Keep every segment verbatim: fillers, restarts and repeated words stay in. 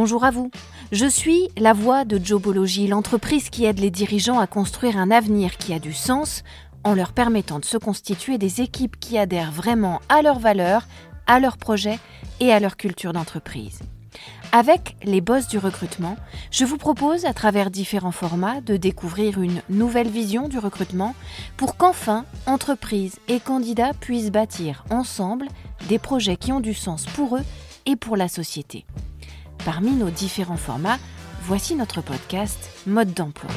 Bonjour à vous, je suis la voix de Jobology, l'entreprise qui aide les dirigeants à construire un avenir qui a du sens en leur permettant de se constituer des équipes qui adhèrent vraiment à leurs valeurs, à leurs projets et à leur culture d'entreprise. Avec les boss du recrutement, je vous propose à travers différents formats de découvrir une nouvelle vision du recrutement pour qu'enfin, entreprises et candidats puissent bâtir ensemble des projets qui ont du sens pour eux et pour la société. Parmi nos différents formats, voici notre podcast Mode d'emploi.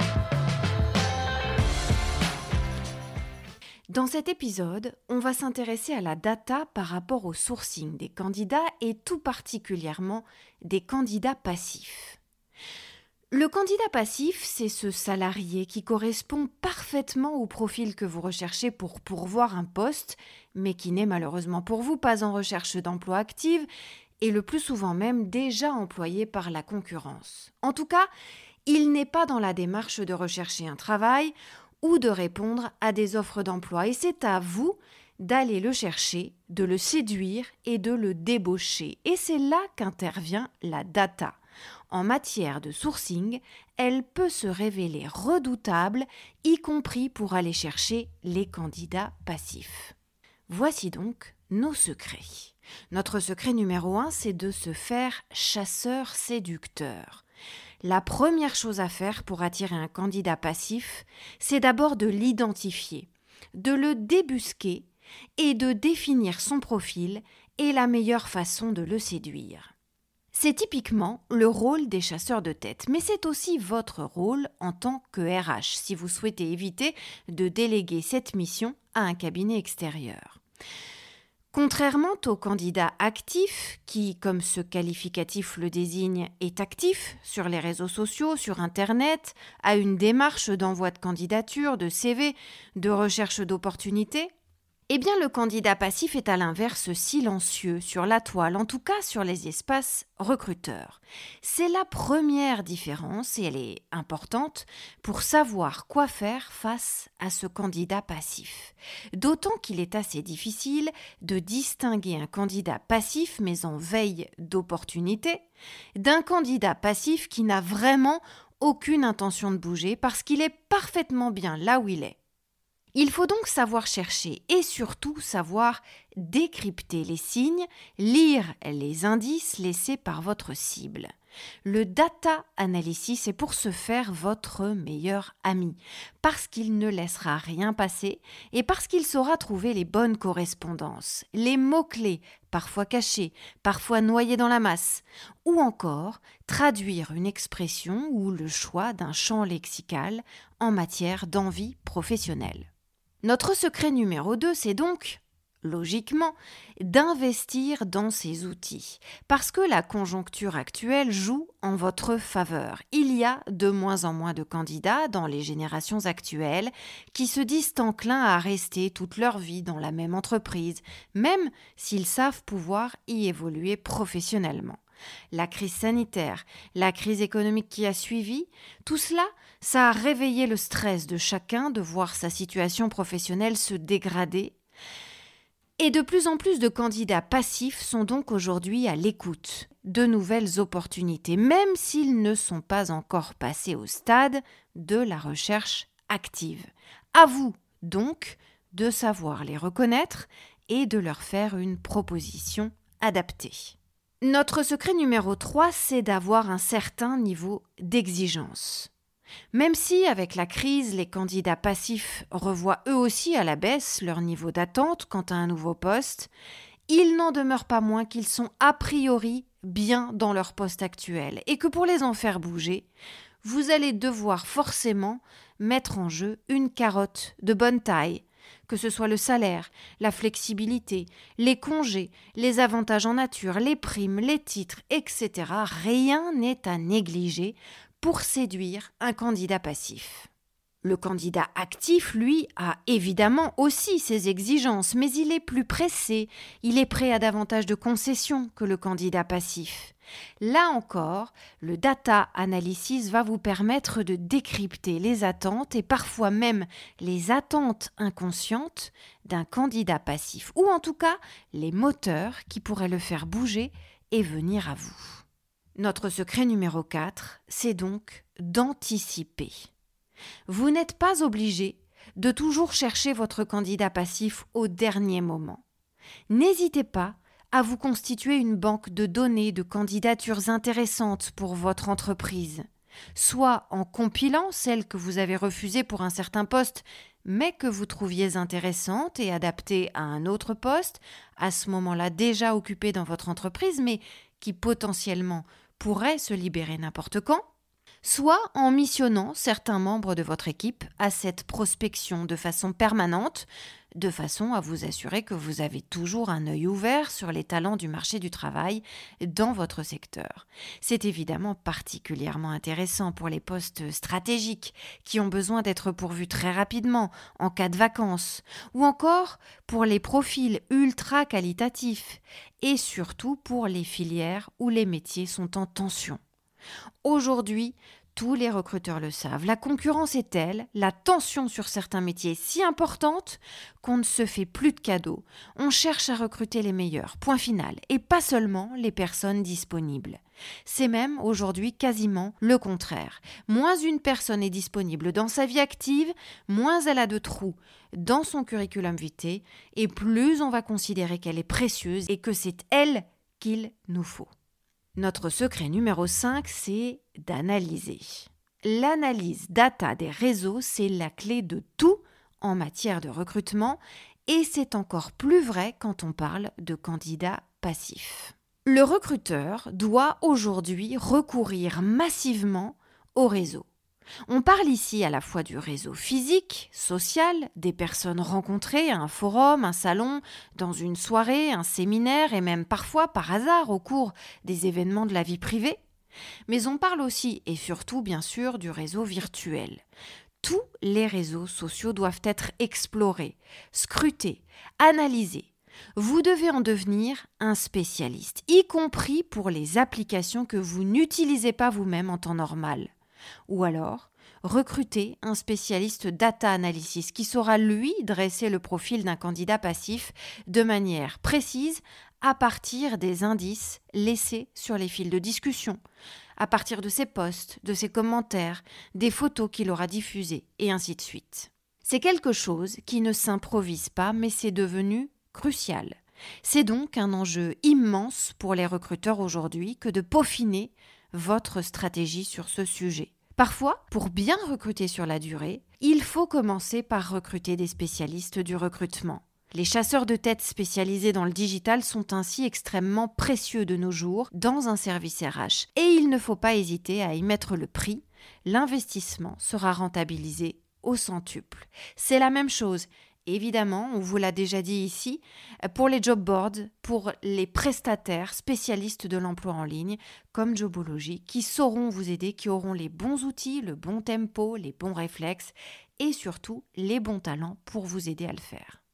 Dans cet épisode, on va s'intéresser à la data par rapport au sourcing des candidats et tout particulièrement des candidats passifs. Le candidat passif, c'est ce salarié qui correspond parfaitement au profil que vous recherchez pour pourvoir un poste, mais qui n'est malheureusement pour vous pas en recherche d'emploi active et le plus souvent même déjà employé par la concurrence. En tout cas, il n'est pas dans la démarche de rechercher un travail ou de répondre à des offres d'emploi. Et c'est à vous d'aller le chercher, de le séduire et de le débaucher. Et c'est là qu'intervient la data. En matière de sourcing, elle peut se révéler redoutable, y compris pour aller chercher les candidats passifs. Voici donc nos secrets. Notre secret numéro un, c'est de se faire chasseur-séducteur. La première chose à faire pour attirer un candidat passif, c'est d'abord de l'identifier, de le débusquer et de définir son profil et la meilleure façon de le séduire. C'est typiquement le rôle des chasseurs de tête, mais c'est aussi votre rôle en tant que R H si vous souhaitez éviter de déléguer cette mission à un cabinet extérieur. Contrairement au candidat actif, qui, comme ce qualificatif le désigne, est actif sur les réseaux sociaux, sur Internet, a une démarche d'envoi de candidature, de C V, de recherche d'opportunités, eh bien le candidat passif est à l'inverse silencieux sur la toile, en tout cas sur les espaces recruteurs. C'est la première différence et elle est importante pour savoir quoi faire face à ce candidat passif. D'autant qu'il est assez difficile de distinguer un candidat passif mais en veille d'opportunité d'un candidat passif qui n'a vraiment aucune intention de bouger parce qu'il est parfaitement bien là où il est. Il faut donc savoir chercher et surtout savoir décrypter les signes, lire les indices laissés par votre cible. Le data analysis est pour ce faire votre meilleur ami, parce qu'il ne laissera rien passer et parce qu'il saura trouver les bonnes correspondances, les mots-clés, parfois cachés, parfois noyés dans la masse, ou encore traduire une expression ou le choix d'un champ lexical en matière d'envie professionnelle. Notre secret numéro deux, c'est donc, logiquement, d'investir dans ces outils, parce que la conjoncture actuelle joue en votre faveur. Il y a de moins en moins de candidats dans les générations actuelles qui se disent enclins à rester toute leur vie dans la même entreprise, même s'ils savent pouvoir y évoluer professionnellement. La crise sanitaire, la crise économique qui a suivi, tout cela, ça a réveillé le stress de chacun de voir sa situation professionnelle se dégrader. Et de plus en plus de candidats passifs sont donc aujourd'hui à l'écoute de nouvelles opportunités, même s'ils ne sont pas encore passés au stade de la recherche active. À vous, donc, de savoir les reconnaître et de leur faire une proposition adaptée. Notre secret numéro trois, c'est d'avoir un certain niveau d'exigence. Même si, avec la crise, les candidats passifs revoient eux aussi à la baisse leur niveau d'attente quant à un nouveau poste, il n'en demeure pas moins qu'ils sont a priori bien dans leur poste actuel et que pour les en faire bouger, vous allez devoir forcément mettre en jeu une carotte de bonne taille, que ce soit le salaire, la flexibilité, les congés, les avantages en nature, les primes, les titres, et cetera. Rien n'est à négliger pour séduire un candidat passif. Le candidat actif, lui, a évidemment aussi ses exigences, mais il est plus pressé, il est prêt à davantage de concessions que le candidat passif. Là encore, le data analysis va vous permettre de décrypter les attentes et parfois même les attentes inconscientes d'un candidat passif, ou en tout cas les moteurs qui pourraient le faire bouger et venir à vous. Notre secret numéro quatre, c'est donc d'anticiper. Vous n'êtes pas obligé de toujours chercher votre candidat passif au dernier moment. N'hésitez pas à vous constituer une banque de données de candidatures intéressantes pour votre entreprise, soit en compilant celles que vous avez refusées pour un certain poste, mais que vous trouviez intéressantes et adaptées à un autre poste, à ce moment-là déjà occupé dans votre entreprise, mais qui potentiellement pourrait se libérer n'importe quand, soit en missionnant certains membres de votre équipe à cette prospection de façon permanente, de façon à vous assurer que vous avez toujours un œil ouvert sur les talents du marché du travail dans votre secteur. C'est évidemment particulièrement intéressant pour les postes stratégiques qui ont besoin d'être pourvus très rapidement en cas de vacances, ou encore pour les profils ultra qualitatifs, et surtout pour les filières où les métiers sont en tension. Aujourd'hui, tous les recruteurs le savent, la concurrence est telle, la tension sur certains métiers est si importante qu'on ne se fait plus de cadeaux. On cherche à recruter les meilleurs, point final, et pas seulement les personnes disponibles. C'est même aujourd'hui quasiment le contraire. Moins une personne est disponible dans sa vie active, moins elle a de trous dans son curriculum vitae, et plus on va considérer qu'elle est précieuse et que c'est elle qu'il nous faut. Notre secret numéro cinq, c'est d'analyser. L'analyse data des réseaux, c'est la clé de tout en matière de recrutement et c'est encore plus vrai quand on parle de candidats passifs. Le recruteur doit aujourd'hui recourir massivement au réseau. On parle ici à la fois du réseau physique, social, des personnes rencontrées à un forum, un salon, dans une soirée, un séminaire et même parfois par hasard au cours des événements de la vie privée. Mais on parle aussi et surtout bien sûr du réseau virtuel. Tous les réseaux sociaux doivent être explorés, scrutés, analysés. Vous devez en devenir un spécialiste, y compris pour les applications que vous n'utilisez pas vous-même en temps normal. Ou alors, recruter un spécialiste data analysis qui saura, lui, dresser le profil d'un candidat passif de manière précise à partir des indices laissés sur les fils de discussion, à partir de ses posts, de ses commentaires, des photos qu'il aura diffusées, et ainsi de suite. C'est quelque chose qui ne s'improvise pas, mais c'est devenu crucial. C'est donc un enjeu immense pour les recruteurs aujourd'hui que de peaufiner votre stratégie sur ce sujet. Parfois, pour bien recruter sur la durée, il faut commencer par recruter des spécialistes du recrutement. Les chasseurs de tête spécialisés dans le digital sont ainsi extrêmement précieux de nos jours dans un service R H et il ne faut pas hésiter à y mettre le prix. L'investissement sera rentabilisé au centuple. C'est la même chose. Évidemment, on vous l'a déjà dit ici, pour les job boards, pour les prestataires spécialistes de l'emploi en ligne, comme Jobology, qui sauront vous aider, qui auront les bons outils, le bon tempo, les bons réflexes et surtout les bons talents pour vous aider à le faire.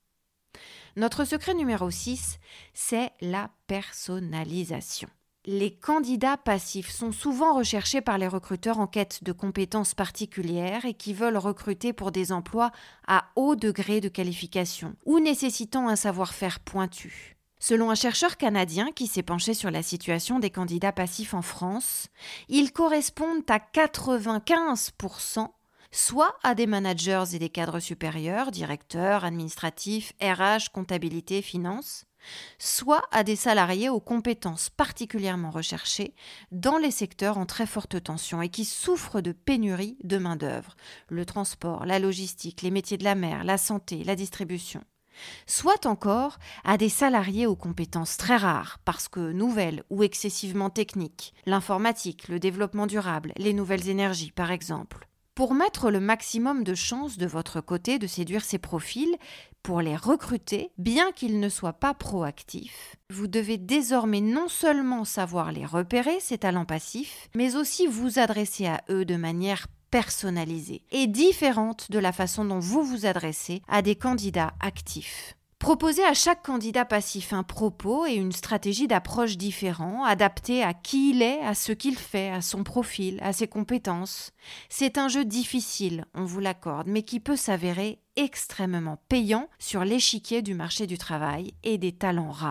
Notre secret numéro six, c'est la personnalisation. Les candidats passifs sont souvent recherchés par les recruteurs en quête de compétences particulières et qui veulent recruter pour des emplois à haut degré de qualification ou nécessitant un savoir-faire pointu. Selon un chercheur canadien qui s'est penché sur la situation des candidats passifs en France, ils correspondent à quatre-vingt-quinze pour cent soit à des managers et des cadres supérieurs, directeurs, administratifs, R H, comptabilité, finance, soit à des salariés aux compétences particulièrement recherchées dans les secteurs en très forte tension et qui souffrent de pénurie de main-d'œuvre, le transport, la logistique, les métiers de la mer, la santé, la distribution. Soit encore à des salariés aux compétences très rares parce que nouvelles ou excessivement techniques, l'informatique, le développement durable, les nouvelles énergies par exemple. Pour mettre le maximum de chances de votre côté de séduire ces profils, pour les recruter, bien qu'ils ne soient pas proactifs, vous devez désormais non seulement savoir les repérer, ces talents passifs, mais aussi vous adresser à eux de manière personnalisée et différente de la façon dont vous vous adressez à des candidats actifs. Proposez à chaque candidat passif un propos et une stratégie d'approche différents, adaptés à qui il est, à ce qu'il fait, à son profil, à ses compétences. C'est un jeu difficile, on vous l'accorde, mais qui peut s'avérer extrêmement payant sur l'échiquier du marché du travail et des talents rares.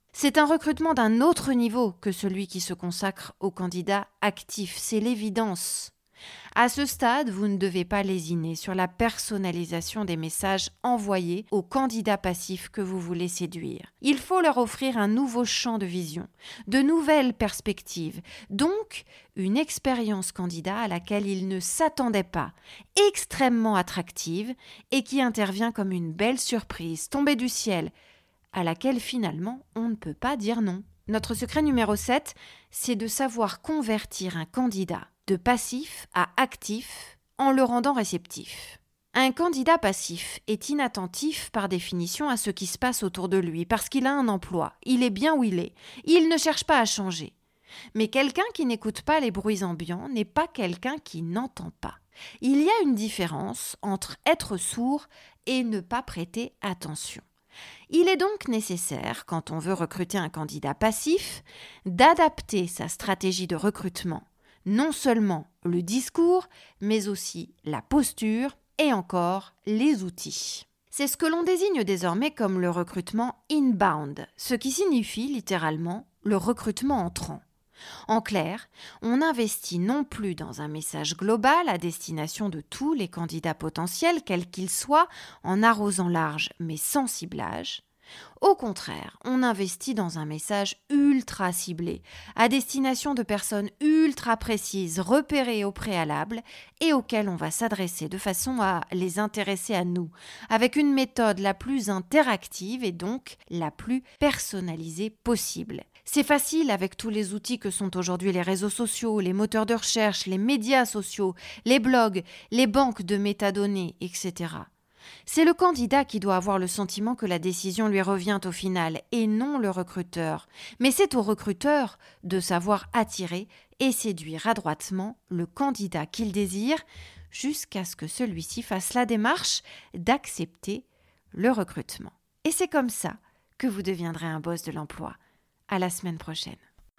C'est un recrutement d'un autre niveau que celui qui se consacre aux candidats actifs, c'est l'évidence. À ce stade, vous ne devez pas lésiner sur la personnalisation des messages envoyés aux candidats passifs que vous voulez séduire. Il faut leur offrir un nouveau champ de vision, de nouvelles perspectives, donc une expérience candidat à laquelle ils ne s'attendaient pas, extrêmement attractive et qui intervient comme une belle surprise tombée du ciel, à laquelle finalement on ne peut pas dire non. Notre secret numéro sept, c'est de savoir convertir un candidat de passif à actif en le rendant réceptif. Un candidat passif est inattentif par définition à ce qui se passe autour de lui parce qu'il a un emploi, il est bien où il est, il ne cherche pas à changer. Mais quelqu'un qui n'écoute pas les bruits ambiants n'est pas quelqu'un qui n'entend pas. Il y a une différence entre être sourd et ne pas prêter attention. Il est donc nécessaire, quand on veut recruter un candidat passif, d'adapter sa stratégie de recrutement, non seulement le discours, mais aussi la posture et encore les outils. C'est ce que l'on désigne désormais comme le recrutement inbound, ce qui signifie littéralement le recrutement entrant. En clair, on investit non plus dans un message global à destination de tous les candidats potentiels, quels qu'ils soient, en arrosant large mais sans ciblage. Au contraire, on investit dans un message ultra ciblé, à destination de personnes ultra précises, repérées au préalable et auxquelles on va s'adresser de façon à les intéresser à nous, avec une méthode la plus interactive et donc la plus personnalisée possible. C'est facile avec tous les outils que sont aujourd'hui les réseaux sociaux, les moteurs de recherche, les médias sociaux, les blogs, les banques de métadonnées, et cetera. C'est le candidat qui doit avoir le sentiment que la décision lui revient au final et non le recruteur. Mais c'est au recruteur de savoir attirer et séduire adroitement le candidat qu'il désire jusqu'à ce que celui-ci fasse la démarche d'accepter le recrutement. Et c'est comme ça que vous deviendrez un boss de l'emploi. À la semaine prochaine.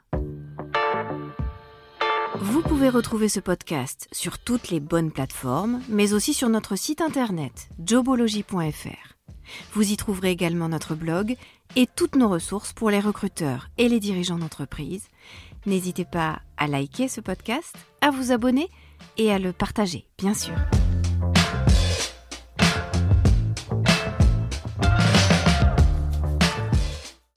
Vous pouvez retrouver ce podcast sur toutes les bonnes plateformes, mais aussi sur notre site internet jobology point f r. Vous y trouverez également notre blog et toutes nos ressources pour les recruteurs et les dirigeants d'entreprise. N'hésitez pas à liker ce podcast, à vous abonner et à le partager, bien sûr.